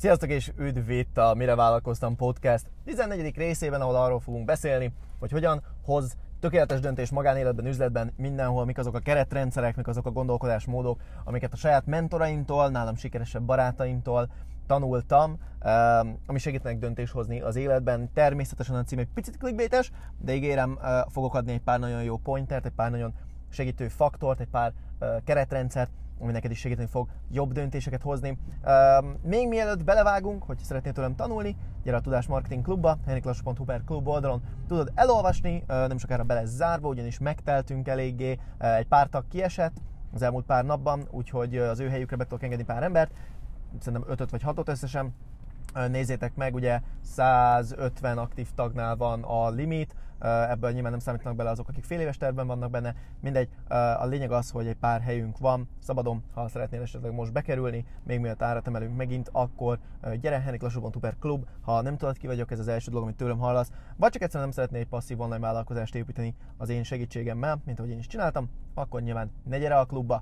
Sziasztok és üdv itt a Mire Vállalkoztam podcast 14. részében, ahol arról fogunk beszélni, hogy hogyan hoz tökéletes döntés magánéletben, üzletben, mindenhol, mik azok a keretrendszerek, mik azok a gondolkodásmódok, amiket a saját mentoraimtól, nálam sikeresebb barátaimtól tanultam, ami segítenek döntést hozni az életben. Természetesen a cím egy picit clickbaites, de ígérem, fogok adni egy pár nagyon jó pointert, egy pár nagyon segítő faktort, egy pár keretrendszert, ami neked is segíteni fog jobb döntéseket hozni. Még mielőtt belevágunk, hogy szeretnél tőlem tanulni, gyere a Tudás Marketing Klubba, henriklassy.hu/klub oldalon tudod elolvasni, nem sokára be lesz zárva, ugyanis megteltünk eléggé, egy pár tag kiesett az elmúlt pár napban, úgyhogy az ő helyükre be tudok engedni pár embert, szerintem 5 vagy 6 összesen. Nézzétek meg, ugye 150 aktív tagnál van a limit, ebből nyilván nem számítanak bele azok, akik fél éves tervben vannak benne, mindegy, a lényeg az, hogy egy pár helyünk van szabadon, ha szeretnél esetleg most bekerülni, még mielőtt árat emelünk megint, akkor gyere, henriklassy.hu/klub, ha nem tudod ki vagyok, ez az első dolog, amit tőlem hallasz, vagy csak egyszerűen nem szeretnél egy passzív online vállalkozást építeni az én segítségemmel, mint ahogy én is csináltam, akkor nyilván ne gyere a klubba.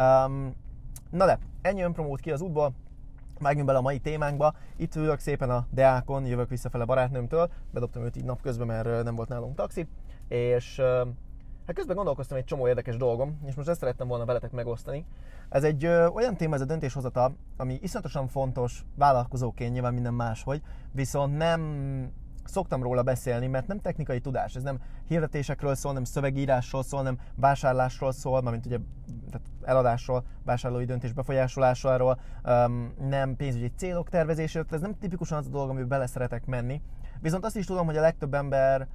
Na de, ennyi önpromót ki az útból. Vágjunk bele a mai témánkba. Itt ülök szépen a Deákon, jövök visszafele barátnőmtől, bedobtam őt így napközben, mert nem volt nálunk taxi, és hát közben gondolkoztam egy csomó érdekes dolgom, és most ezt szerettem volna veletek megosztani. Ez egy olyan téma, ez a döntéshozatal, ami iszonyatosan fontos vállalkozóként, nyilván minden máshogy, viszont nem szoktam róla beszélni, mert nem technikai tudás, ez nem hirdetésekről szól, nem szövegírásról szól, nem vásárlásról szól, mármint ugye tehát eladásról, vásárlói döntés befolyásolásáról, nem pénzügyi célok tervezéséről, ez nem tipikusan az a dolog, amiben bele szeretek menni. Viszont azt is tudom, hogy a legtöbb ember,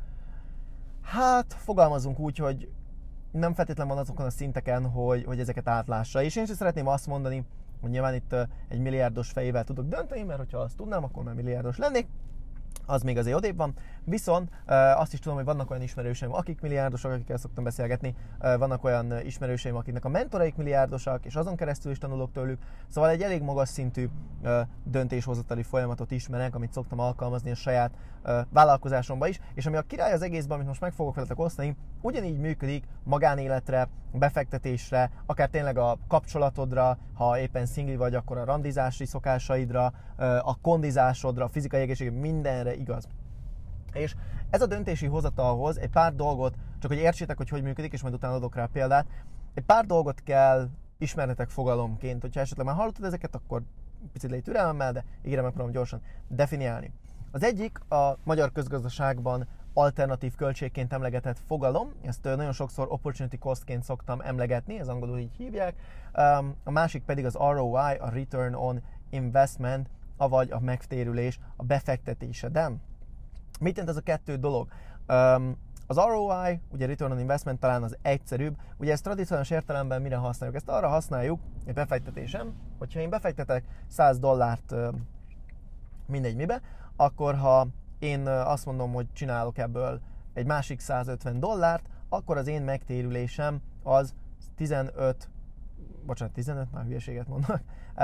hát fogalmazunk úgy, hogy nem feltétlenül van azokon a szinteken, hogy ezeket átlássa. És én is szeretném azt mondani, hogy nyilván itt egy milliárdos fejével tudok dönteni, mert hogyha azt tudnám, akkor már milliárdos lennék. Az még azért odébb van, viszont azt is tudom, hogy vannak olyan ismerőseim, akik milliárdosak, akikkel szoktam beszélgetni, vannak olyan ismerőseim, akiknek a mentoraik milliárdosak, és azon keresztül is tanulok tőlük, szóval egy elég magas szintű döntéshozatali folyamatot ismerek, amit szoktam alkalmazni a saját vállalkozásomban is, és ami a király az egészben, amit most meg fogok veletek osztani, ugyanígy működik magánéletre, befektetésre, akár tényleg a kapcsolatodra, ha éppen szingli vagy, akkor a randizási szokásaidra, a kondizásodra, a fizikai egészségedre, mindenre igaz. És ez a döntési hozatalhoz egy pár dolgot, csak hogy értsétek, hogy működik, és majd utána adok rá példát, egy pár dolgot kell ismernetek fogalomként, hogyha esetleg már hallottad ezeket, akkor picit légy türelemmel, de ígérem, megpróbálom gyorsan definiálni. Az egyik a magyar közgazdaságban alternatív költségként emlegetett fogalom, ezt nagyon sokszor opportunity costként szoktam emlegetni, ez angolul így hívják, a másik pedig az ROI, a Return on Investment, avagy a megtérülés a befektetéseden. Mit jelent ez a kettő dolog? Az ROI, ugye Return on Investment talán az egyszerűbb, ugye ezt tradicionális értelemben mire használjuk? Ezt arra használjuk, egy befektetésem, hogyha én befektetek $100 mindegy mibe, akkor ha én azt mondom, hogy csinálok ebből egy másik $150, akkor az én megtérülésem az 15, már hülyeséget mondok,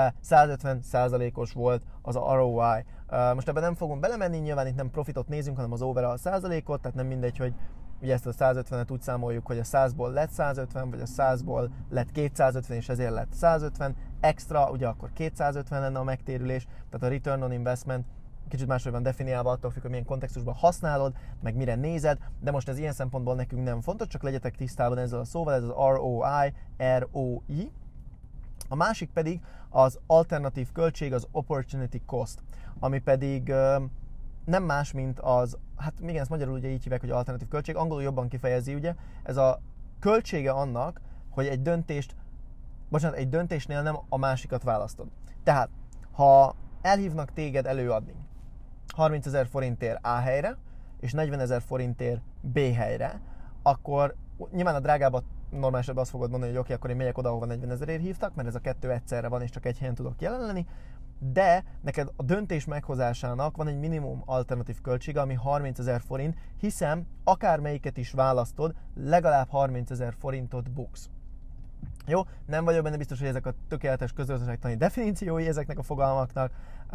150%-os volt az a ROI. Most ebben nem fogunk belemenni, nyilván itt nem profitot nézünk, hanem az overall százalékot, tehát nem mindegy, hogy ugye ezt a 150-et úgy számoljuk, hogy a 100-ból lett 150, vagy a 100-ból lett 250, és ezért lett 150 extra, ugye akkor 250 lenne a megtérülés, tehát a Return on Investment kicsit máshogy van definiálva, attól függ, hogy milyen kontextusban használod, meg mire nézed, de most ez ilyen szempontból nekünk nem fontos, csak legyetek tisztában ezzel a szóval, ez az ROI, ROI. A másik pedig az alternatív költség, az opportunity cost, ami pedig nem más, mint az, hát igen, ezt magyarul ugye így hívják, hogy alternatív költség, angolul jobban kifejezi, ugye, ez a költsége annak, hogy egy döntésnél nem a másikat választod. Tehát, ha elhívnak téged előadni 30 000 forintért A helyre, és 40 000 forintért B helyre, akkor nyilván a drágábbat normálisabban azt fogod mondani, hogy oké, akkor én megyek oda, ahova 40 000-ért hívtak, mert ez a kettő egyszerre van, és csak egy helyen tudok jelen lenni, de neked a döntés meghozásának van egy minimum alternatív költsége, ami 30 000 forint, hiszen akármelyiket is választod, legalább 30 000 forintot buksz. Jó, nem vagyok benne biztos, hogy ezek a tökéletes közgazdaságtani definíciói ezeknek a fogalmaknak,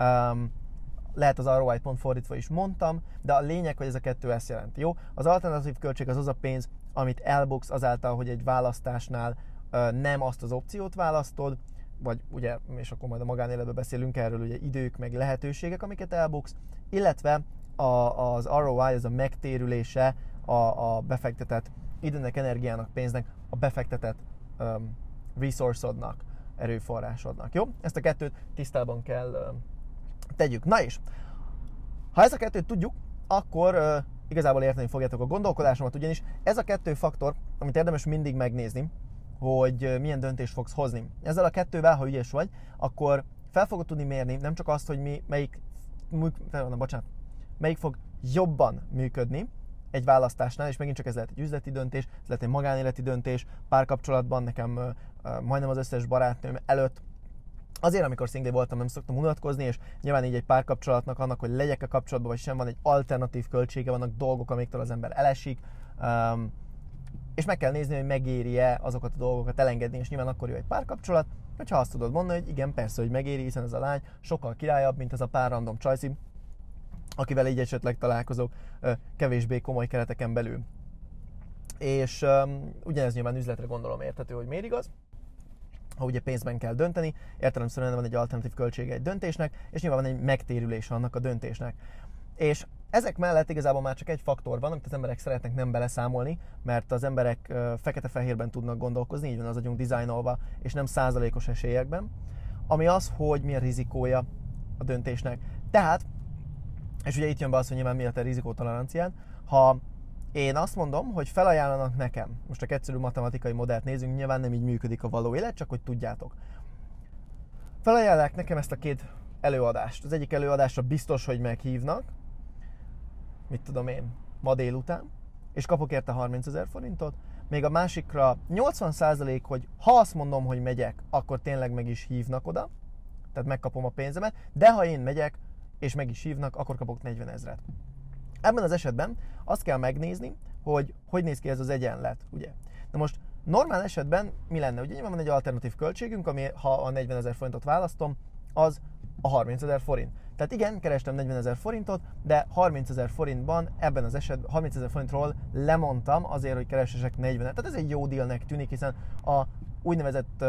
lehet az ROI pont fordítva is mondtam, de a lényeg, hogy ez a kettő ezt jelenti. Jó? Az alternatív költség az a pénz, amit elbuksz azáltal, hogy egy választásnál nem azt az opciót választod, vagy ugye, és akkor majd a magánéletben beszélünk erről, ugye idők, meg lehetőségek, amiket elbuksz, illetve az ROI, ez a megtérülése a befektetett időnek, energiának, pénznek, a befektetett resource-odnak, erőforrásodnak. Jó? Ezt a kettőt tisztában kell tegyük. Na és, ha ezt a kettőt tudjuk, akkor igazából érteni fogjátok a gondolkodásomat, ugyanis ez a kettő faktor, amit érdemes mindig megnézni, hogy milyen döntést fogsz hozni. Ezzel a kettővel, ha ügyes vagy, akkor fel fogod tudni mérni nem csak azt, hogy melyik fog jobban működni egy választásnál, és megint csak ez lehet egy üzleti döntés, ez lehet egy magánéleti döntés, párkapcsolatban nekem majdnem az összes barátnőm előtt. Azért, amikor single voltam, nem szoktam unatkozni, és nyilván így egy párkapcsolatnak, annak, hogy legyek a kapcsolatban, vagy sem, van egy alternatív költsége, vannak dolgok, amiktől az ember elesik, és meg kell nézni, hogy megéri-e azokat a dolgokat elengedni, és nyilván akkor jó egy párkapcsolat, hogyha azt tudod mondani, hogy igen, persze, hogy megéri, hiszen ez a lány sokkal királyabb, mint ez a pár random csajci, akivel így esetleg találkozok kevésbé komoly kereteken belül. És ugyanez nyilván üzletre gondolom érthető, hogy miért igaz. Ha ugye pénzben kell dönteni, értelemszerűen van egy alternatív költsége egy döntésnek, és nyilván van egy megtérülése annak a döntésnek. És ezek mellett igazából már csak egy faktor van, amit az emberek szeretnek nem beleszámolni, mert az emberek fekete-fehérben tudnak gondolkozni, így van az agyunk dizájnolva, és nem százalékos esélyekben, ami az, hogy mi a rizikója a döntésnek. Tehát, és ugye itt jön be az, hogy nyilván mi a te rizikótoleranciád, ha én azt mondom, hogy felajánlanak nekem, most a egyszerű matematikai modellt nézzünk, nyilván nem így működik a való élet, csak hogy tudjátok. Felajánlják nekem ezt a két előadást. Az egyik előadásra biztos, hogy meghívnak, mit tudom én, ma délután, és kapok érte 30 000 forintot, még a másikra 80%, hogy ha azt mondom, hogy megyek, akkor tényleg meg is hívnak oda, tehát megkapom a pénzemet, de ha én megyek, és meg is hívnak, akkor kapok 40 000-et. Ebben az esetben azt kell megnézni, hogy hogy néz ki ez az egyenlet, ugye. Na most normál esetben mi lenne? Ugye nyilván van egy alternatív költségünk, ami ha a 40 000 forintot választom, az a 30 000 forint. Tehát igen, kerestem 40 000 forintot, de 30 000 forintban ebben az esetben 30 000 forintról lemondtam azért, hogy keresek 40-et. Tehát ez egy jó dealnek tűnik, hiszen a úgynevezett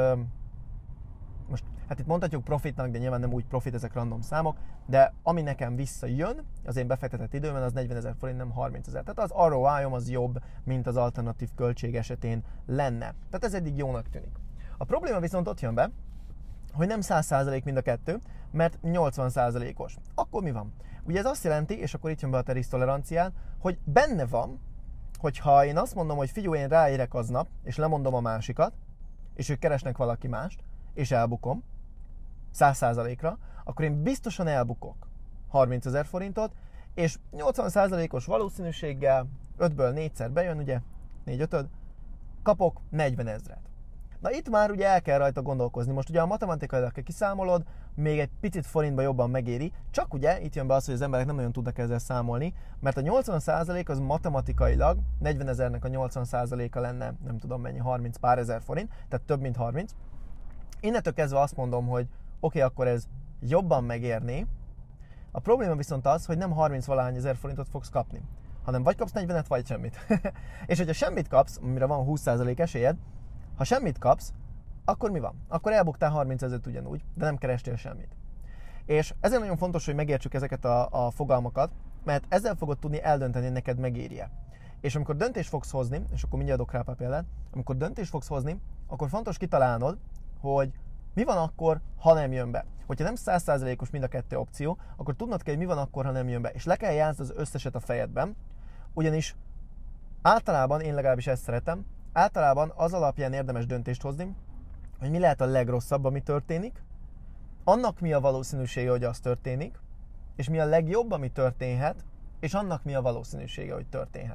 most, hát itt mondhatjuk profitnak, de nyilván nem úgy profit, ezek random számok, de ami nekem visszajön az én befektetett időmben, az 40 000 forint, nem 30 000. Tehát az ROI-om az jobb, mint az alternatív költség esetén lenne. Tehát ez eddig jónak tűnik. A probléma viszont ott jön be, hogy nem 100% mind a kettő, mert 80%-os. Akkor mi van? Ugye ez azt jelenti, és akkor itt jön be a te riztoleranciád, hogy benne van, hogyha én azt mondom, hogy figyelj, én ráérek aznap, és lemondom a másikat, és ők keresnek valaki mást, és elbukom 100%-ra, akkor én biztosan elbukok 30 000 forintot, és 80%-os valószínűséggel 5-ből 4-szer bejön, ugye, 4-5-öd, kapok 40 000-et. Na itt már ugye el kell rajta gondolkozni. Most ugye a matematikailag kiszámolod, még egy picit forintba jobban megéri, csak ugye itt jön be az, hogy az emberek nem nagyon tudnak ezzel számolni, mert a 80% az matematikailag 40 000-nek a 80%-a lenne, nem tudom mennyi, 30 pár ezer forint, tehát több mint 30. Innentől kezdve azt mondom, hogy oké, akkor ez jobban megérni. A probléma viszont az, hogy nem 30 valahány ezer forintot fogsz kapni, hanem vagy kapsz 40-et, vagy semmit. És hogyha semmit kapsz, amire van 20% esélyed, ha semmit kapsz, akkor mi van? Akkor elbuktál 30 000 ugyanúgy, de nem kerestél semmit. És ezért nagyon fontos, hogy megértsük ezeket a fogalmakat, mert ezzel fogod tudni eldönteni, hogy neked megéri-e. És amikor döntést fogsz hozni, és akkor mindjárt adok rá pár példát, amikor döntést fogsz hozni, akkor fontos kitalálnod, hogy mi van akkor, ha nem jön be. Hogyha nem 100%-os mind a kettő opció, akkor tudnod kell, hogy mi van akkor, ha nem jön be. És le kell játszd az összeset a fejedben, ugyanis általában, én legalábbis ezt szeretem, általában az alapján érdemes döntést hozni, hogy mi lehet a legrosszabb, ami történik, annak mi a valószínűsége, hogy az történik, és mi a legjobb, ami történhet, és annak mi a valószínűsége, hogy történhet.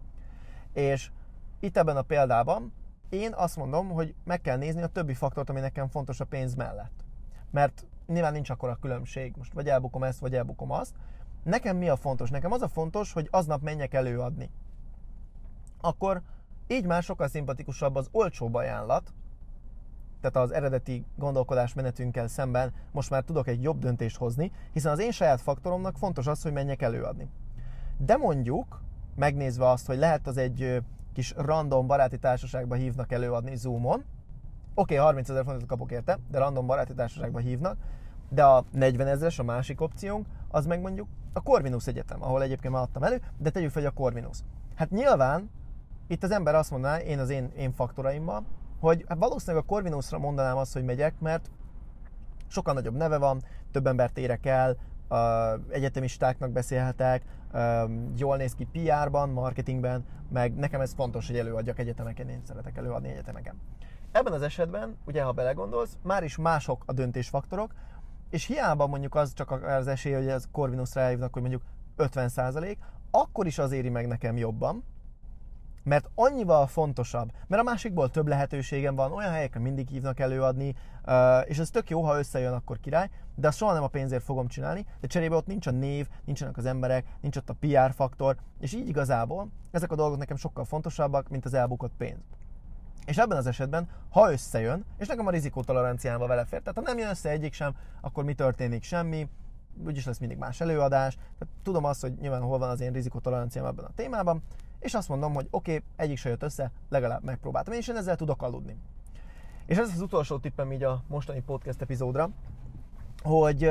És itt ebben a példában én azt mondom, hogy meg kell nézni a többi faktort, ami nekem fontos a pénz mellett. Mert nyilván nincs akkora különbség, most vagy elbukom ezt, vagy elbukom azt. Nekem mi a fontos? Nekem az a fontos, hogy aznap menjek előadni. Akkor így már sokkal szimpatikusabb az olcsóbb ajánlat, tehát az eredeti gondolkodásmenetünkkel szemben most már tudok egy jobb döntést hozni, hiszen az én saját faktoromnak fontos az, hogy menjek előadni. De mondjuk, megnézve azt, hogy lehet az egy kis random baráti társaságba hívnak előadni Zoomon, Oké, 30 000 forintot kapok érte, de random baráti társaságba hívnak, de a 40 000-es, a másik opciónk, az meg mondjuk a Corvinus Egyetem, ahol egyébként már adtam elő, de tegyük fel, hogy a Corvinus. Hát nyilván itt az ember azt mondaná, én az én faktoraimmal, hogy hát valószínűleg a Corvinusra mondanám azt, hogy megyek, mert sokkal nagyobb neve van, több embert érek el, egyetemistáknak beszélhetek, jól néz ki PR-ban, marketingben, meg nekem ez fontos, hogy előadjak egyetemeken, én szeretek előadni egyetemeken. Ebben az esetben, ugye ha belegondolsz, már is mások a döntésfaktorok, és hiába mondjuk az csak az esély, hogy ez Corvinusra elhívnak, hogy mondjuk 50%, akkor is az éri meg nekem jobban, mert annyival fontosabb, mert a másikból több lehetőségem van, olyan helyekre mindig hívnak előadni, és ez tök jó, ha összejön, akkor király, de azt soha nem a pénzért fogom csinálni, de cserébe ott nincs a név, nincsenek az emberek, nincs ott a PR faktor, és így igazából ezek a dolgok nekem sokkal fontosabbak, mint az elbukott pénz. És ebben az esetben, ha összejön, és nekem a rizikótoleranciámba vele fér, tehát ha nem jön össze egyik sem, akkor mi történik? Semmi, úgyis lesz mindig más előadás, tehát tudom azt, hogy nyilván hol van az én rizikótoleranciám ebben a témában, és azt mondom, hogy oké, egyik se jött össze, legalább megpróbáltam, és én ezzel tudok aludni. És ez az utolsó tippem így a mostani podcast epizódra, hogy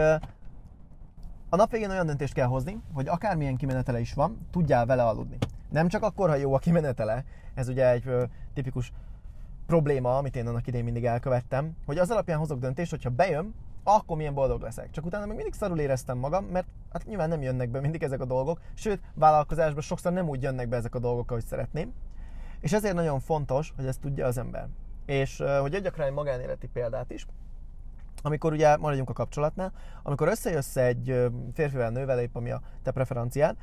a nap végén olyan döntést kell hozni, hogy akármilyen kimenetele is van, tudjál vele aludni. Nem csak akkor, ha jó a kimenetele, ez ugye egy tipikus probléma, amit én annak idején mindig elkövettem, hogy az alapján hozok döntést, hogyha bejön, akkor milyen boldog leszek. Csak utána meg mindig szarul éreztem magam, mert hát nyilván nem jönnek be mindig ezek a dolgok, sőt, vállalkozásban sokszor nem úgy jönnek be ezek a dolgok, ahogy szeretném. És ezért nagyon fontos, hogy ezt tudja az ember. És hogy adjak rá egy magánéleti példát is, amikor ugye maradjunk a kapcsolatnál, amikor összejössz egy férfivel, nővel, épp ami a te preferenciád,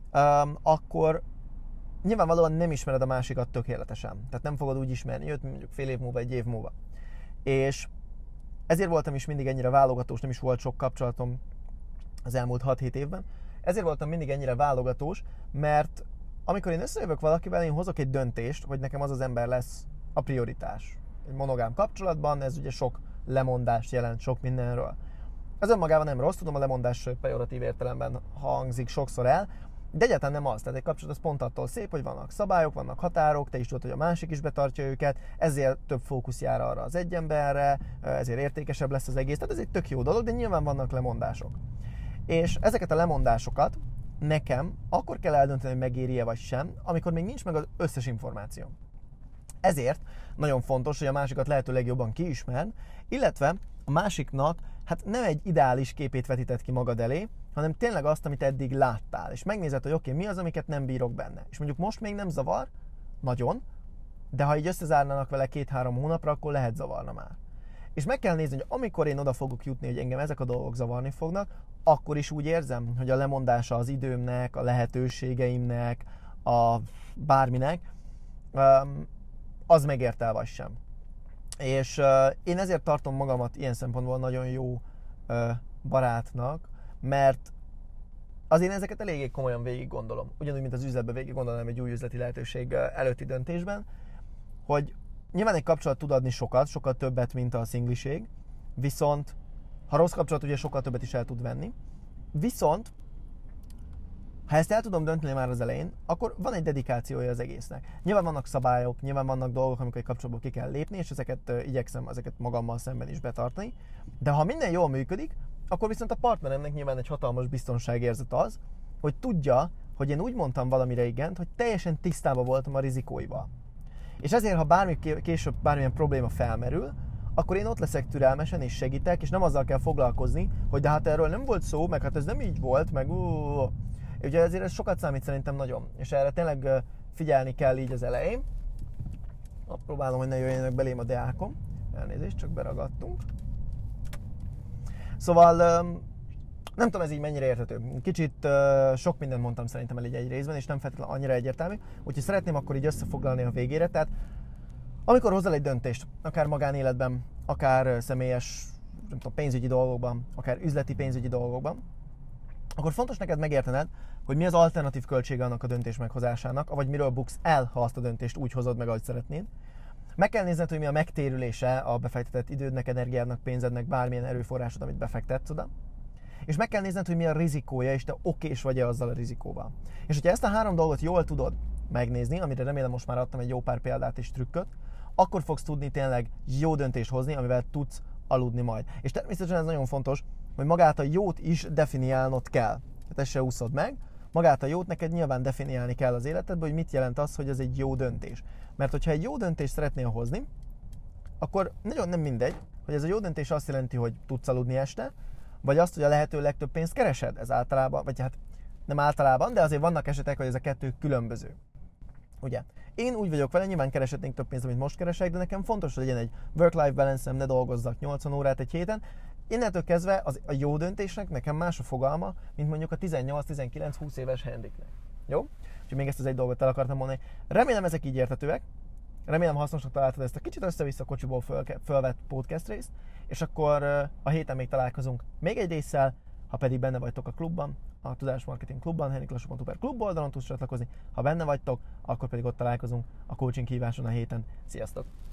akkor nyilvánvalóan nem ismered a másikat tökéletesen. Tehát nem fogod úgy ismerni őt, mondjuk fél év múlva, egy év múlva. És ezért voltam is mindig ennyire válogatós, nem is volt sok kapcsolatom az elmúlt 6-7 évben. Ezért voltam mindig ennyire válogatós, mert amikor én összejövök valakivel, én hozok egy döntést, hogy nekem az az ember lesz a prioritás. Egy monogám kapcsolatban ez ugye sok lemondást jelent, sok mindenről. Ez önmagában nem rossz, tudom, a lemondás pejoratív értelemben hangzik sokszor el, de egyáltalán nem az. Tehát egy kapcsolat az pont attól szép, hogy vannak szabályok, vannak határok, te is tudod, hogy a másik is betartja őket, ezért több fókusz jár arra az egy emberre, ezért értékesebb lesz az egész. Tehát ez egy tök jó dolog, de nyilván vannak lemondások. És ezeket a lemondásokat nekem akkor kell eldönteni, hogy megéri-e vagy sem, amikor még nincs meg az összes információ. Ezért nagyon fontos, hogy a másikat lehető legjobban kiismerd, illetve a másiknak hát nem egy ideális képét vetített ki magad elé, hanem tényleg azt, amit eddig láttál. És megnézed, hogy oké, mi az, amiket nem bírok benne. És mondjuk most még nem zavar, nagyon, de ha így összezárnának vele 2-3 hónapra, akkor lehet zavarna már. És meg kell nézni, hogy amikor én oda fogok jutni, hogy engem ezek a dolgok zavarni fognak, akkor is úgy érzem, hogy a lemondása az időmnek, a lehetőségeimnek, a bárminek, az megért el vagy sem. És én ezért tartom magamat ilyen szempontból nagyon jó barátnak, mert azért ezeket eléggé komolyan végig gondolom. Ugyanúgy, mint az üzletben végig gondolom egy új üzleti lehetőség előtti döntésben, hogy nyilván egy kapcsolat tud adni sokkal többet, mint a szingliség, viszont ha rossz kapcsolat, ugye sokkal többet is el tud venni, viszont ha ezt el tudom dönteni már az elején, akkor van egy dedikációja az egésznek. Nyilván vannak szabályok, nyilván vannak dolgok, amikor egy kapcsolatból ki kell lépni, és ezeket igyekszem magammal szemben is betartani. De ha minden jól működik, akkor viszont a partneremnek nyilván egy hatalmas biztonságérzet az, hogy tudja, hogy én úgy mondtam valamire igent, hogy teljesen tisztában voltam a rizikóival. És ezért, ha később bármilyen probléma felmerül, akkor én ott leszek türelmesen és segítek, és nem azzal kell foglalkozni, hogy de hát erről nem volt szó, meg hát ez nem így volt, meg Ugye ezért ez sokat számít szerintem nagyon, és erre tényleg figyelni kell így az elején. Próbálom, hogy ne jöjjenek belém a deákom. Elnézést, csak beragadtunk. Szóval nem tudom, ez így mennyire érthető. Kicsit sok mindent mondtam szerintem el így egy részben, és nem feltétlenül annyira egyértelmű. Úgyhogy szeretném akkor így összefoglalni a végére. Tehát amikor hozzál egy döntést, akár magánéletben, akár személyes, nem tudom, pénzügyi dolgokban, akár üzleti pénzügyi dolgokban, akkor fontos neked megértened, hogy mi az alternatív költsége annak a döntés meghozásának, vagy miről buksz el, ha azt a döntést úgy hozod meg, ahogy szeretnéd. Meg kell nézned, hogy mi a megtérülése a befektetett idődnek, energiádnak, pénzednek, bármilyen erőforrásod, amit befektetsz oda. És meg kell nézned, hogy mi a rizikója, és te okés vagy-e azzal a rizikóval. És hogyha ezt a 3 dolgot jól tudod megnézni, amire remélem most már adtam egy jó pár példát és trükköt, akkor fogsz tudni tényleg jó döntést hozni, amivel tudsz aludni majd. És természetesen ez nagyon fontos, hogy magát a jót is definiálnod kell. Tehát ezt se úszod meg. Magát a jót neked nyilván definiálni kell az életedben, hogy mit jelent az, hogy ez egy jó döntés. Mert hogyha egy jó döntést szeretnél hozni, akkor nagyon nem mindegy, hogy ez a jó döntés azt jelenti, hogy tudsz aludni este, vagy azt, hogy a lehető legtöbb pénzt keresed. Ez általában, vagy hát nem általában, de azért vannak esetek, hogy ez a kettő különböző. Ugye? Én úgy vagyok vele, nyilván kereshetnénk több pénzt, amit most keresek, de nekem fontos, hogy legyen egy work-life balance-em, ne dolgozzak 80 órát egy héten. Innentől kezdve a jó döntésnek nekem más a fogalma, mint mondjuk a 18-19-20 éves Henriknek. Jó? Úgyhogy még ezt az egy dolgot el akartam mondani. Remélem ezek így érthetőek. Remélem hasznosnak találtad ezt a kicsit össze-vissza kocsiból fölvett podcast részt, és akkor a héten még találkozunk még egy résszel, ha pedig benne vagytok a klubban, a Tudásmarketing klubban, henriklassuk.hu klub oldalon tudsz csatlakozni. Ha benne vagytok, akkor pedig ott találkozunk a coaching híváson a héten. Sziasztok!